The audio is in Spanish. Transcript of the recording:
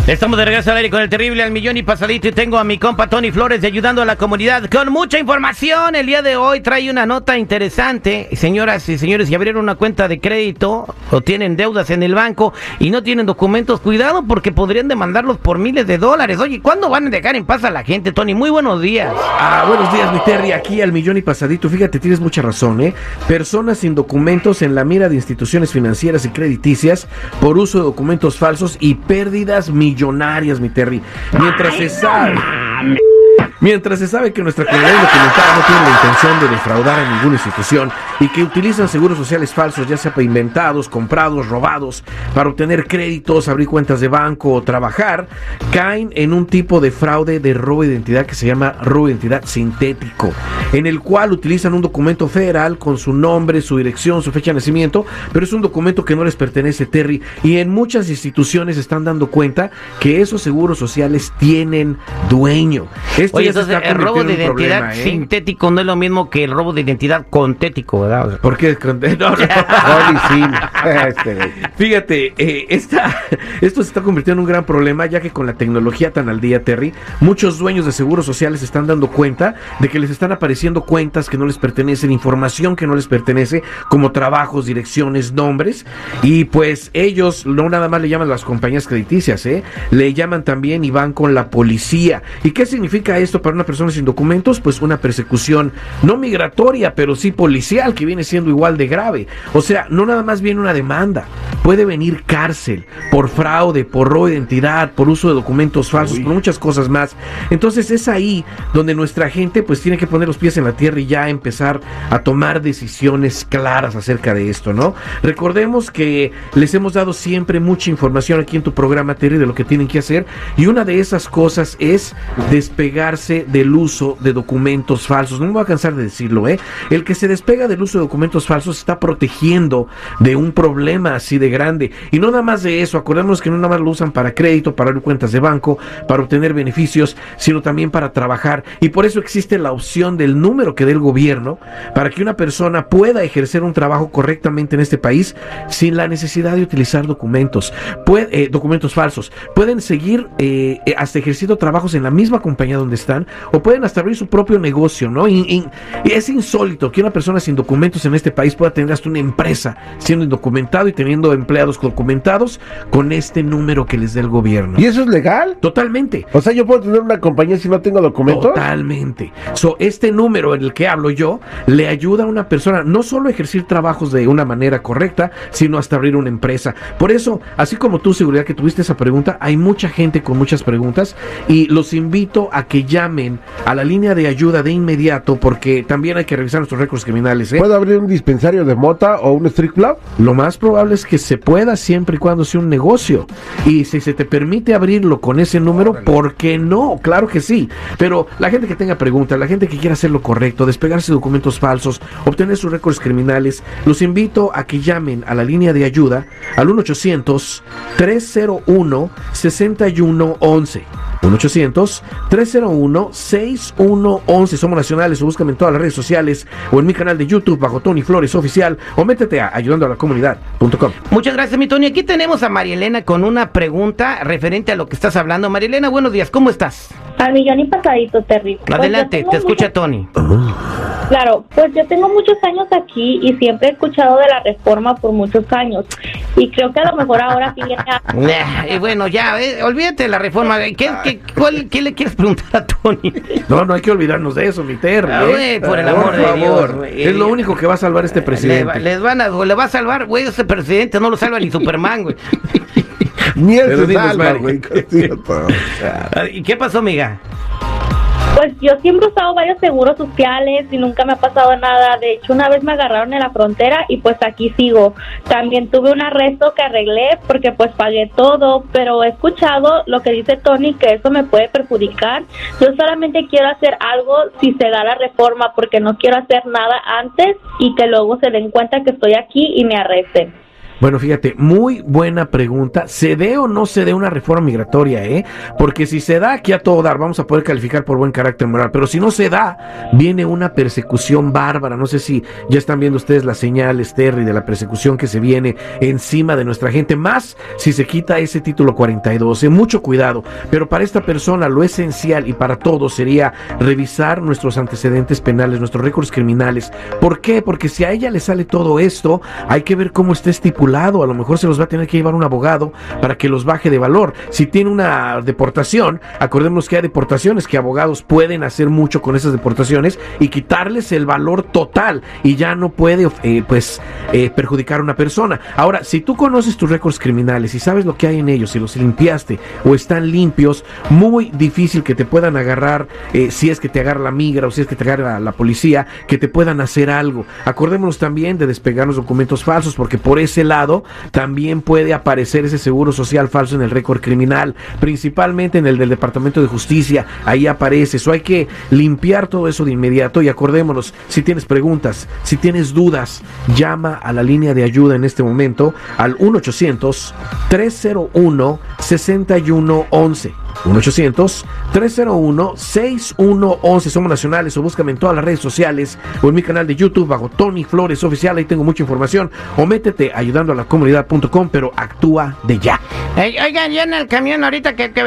Estamos de regreso al aire con el terrible al millón y pasadito, y tengo a mi compa Tony Flores de Ayudando a la Comunidad con mucha información. El día de hoy trae una nota interesante. Señoras y señores, si abrieron una cuenta de crédito o tienen deudas en el banco y no tienen documentos, cuidado porque podrían demandarlos por miles de dólares. Oye, ¿cuándo van a dejar en paz a la gente, Tony? Muy buenos días. Buenos días, mi Terry, aquí al millón y pasadito. Fíjate, tienes mucha razón, ¿eh? Personas sin documentos en la mira de instituciones financieras y crediticias por uso de documentos falsos y pérdidas millonarias, mi Terry. Mientras se sabe que nuestra comunidad indocumentada no tiene la intención de defraudar a ninguna institución y que utilizan seguros sociales falsos, ya sea inventados, comprados, robados, para obtener créditos, abrir cuentas de banco o trabajar, caen en un tipo de fraude de robo de identidad que se llama robo de identidad sintético, en el cual utilizan un documento federal con su nombre, su dirección, su fecha de nacimiento, pero es un documento que no les pertenece, Terry, y en muchas instituciones se están dando cuenta que esos seguros sociales tienen dueño. Oye, entonces el robo de identidad sintético no es lo mismo que el robo de identidad contético, ¿verdad? ¿Por qué? No. Fíjate, esto se está convirtiendo en un gran problema, ya que con la tecnología tan al día, Terry, muchos dueños de seguros sociales se están dando cuenta de que les están apareciendo cuentas que no les pertenecen, información que no les pertenece, como trabajos, direcciones, nombres, y pues ellos no nada más le llaman a las compañías crediticias, le llaman también y van con la policía. ¿Y qué significa esto para una persona sin documentos? Pues una persecución no migratoria, pero sí policial, que viene siendo igual de grave. O sea, no nada más viene una demanda, puede venir cárcel por fraude, por robo de identidad, por uso de documentos falsos, por muchas cosas más. Entonces es ahí donde nuestra gente pues tiene que poner los pies en la tierra y ya empezar a tomar decisiones claras acerca de esto, ¿no? Recordemos que les hemos dado siempre mucha información aquí en tu programa, Terry, de lo que tienen que hacer, y una de esas cosas es despegarse del uso de documentos falsos. No me voy a cansar de decirlo, el que se despega del uso de documentos falsos se está protegiendo de un problema así de grande. Y no nada más de eso, acordémonos que no nada más lo usan para crédito, para abrir cuentas de banco, para obtener beneficios, sino también para trabajar. Y por eso existe la opción del número que dé el gobierno para que una persona pueda ejercer un trabajo correctamente en este país sin la necesidad de utilizar documentos falsos. Pueden seguir hasta ejerciendo trabajos en la misma compañía donde están, o pueden hasta abrir su propio negocio, ¿no? Y es insólito que una persona sin documentos en este país pueda tener hasta una empresa siendo indocumentado y teniendo empleados documentados con este número que les dé el gobierno. ¿Y eso es legal? Totalmente. O sea, ¿yo puedo tener una compañía si no tengo documentos? Totalmente. Este número en el que hablo yo le ayuda a una persona no solo a ejercer trabajos de una manera correcta, sino hasta abrir una empresa. Por eso, así como tú, seguridad, que tuviste esa pregunta, hay mucha gente con muchas preguntas y los invito a que llamen a la línea de ayuda de inmediato, porque también hay que revisar nuestros récords criminales. ¿Puedo abrir un dispensario de mota o un strip club? Lo más probable es que se pueda, siempre y cuando sea un negocio. Y si se te permite abrirlo con ese número, ¿por qué no? Claro que sí. Pero la gente que tenga preguntas, la gente que quiera hacer lo correcto, despegarse de documentos falsos, obtener sus récords criminales, los invito a que llamen a la línea de ayuda al 1-800-301-6111. 1-800-301-6111. Somos nacionales, o búscame en todas las redes sociales o en mi canal de YouTube bajo Tony Flores Oficial, o métete a ayudandoalacomunidad.com. Muchas gracias, mi Tony. Aquí tenemos a María Elena con una pregunta referente a lo que estás hablando. María Elena, buenos días, ¿cómo estás? Al millón y pasadito, Terry. Adelante, pues te escucha Tony. Claro, pues yo tengo muchos años aquí y siempre he escuchado de la reforma por muchos años. Y creo que a lo mejor ahora sí viene a... Bueno, ya, olvídate de la reforma. ¿Qué le quieres preguntar a Tony? No hay que olvidarnos de eso, mi Terry. Por el amor de Dios. Es lo único que va a salvar este presidente. Le va a salvar, güey, ese presidente no lo salva ni Superman, güey. Ni él se salva, güey. ¿Y qué pasó, amiga? Pues yo siempre he usado varios seguros sociales y nunca me ha pasado nada. De hecho, una vez me agarraron en la frontera y pues aquí sigo. También tuve un arresto que arreglé porque pues pagué todo, pero he escuchado lo que dice Tony, que eso me puede perjudicar. Yo solamente quiero hacer algo si se da la reforma, porque no quiero hacer nada antes y que luego se den cuenta que estoy aquí y me arresten. Bueno, fíjate, muy buena pregunta. ¿Se dé o no se dé una reforma migratoria, Porque si se da, aquí a todo dar, vamos a poder calificar por buen carácter moral. Pero si no se da, viene una persecución bárbara. No sé si ya están viendo ustedes las señales, Terry, de la persecución que se viene encima de nuestra gente. Más si se quita ese título 42. Mucho cuidado. Pero para esta persona lo esencial y para todos sería revisar nuestros antecedentes penales, nuestros récords criminales. ¿Por qué? Porque si a ella le sale todo esto, hay que ver cómo está estipulado. A lo mejor se los va a tener que llevar un abogado para que los baje de valor. Si tiene una deportación, acordémonos que hay deportaciones que abogados pueden hacer mucho con esas deportaciones y quitarles el valor total y ya no puede perjudicar a una persona. Ahora, si tú conoces tus récords criminales y sabes lo que hay en ellos, si los limpiaste o están limpios, muy difícil que te puedan agarrar, si es que te agarra la migra o si es que te agarra la policía, que te puedan hacer algo. Acordémonos también de despegar los documentos falsos, porque por ese lado también puede aparecer ese seguro social falso en el récord criminal, principalmente en el del Departamento de Justicia. Ahí aparece eso. Hay que limpiar todo eso de inmediato. Y acordémonos, si tienes preguntas, si tienes dudas, llama a la línea de ayuda en este momento al 1-800-301-6111. 1-800-301-6111. Somos nacionales, o búscame en todas las redes sociales o en mi canal de YouTube bajo Tony Flores Oficial. Ahí tengo mucha información. O métete ayudando a la comunidad.com, pero actúa de ya. Oigan, ya en el camión ahorita que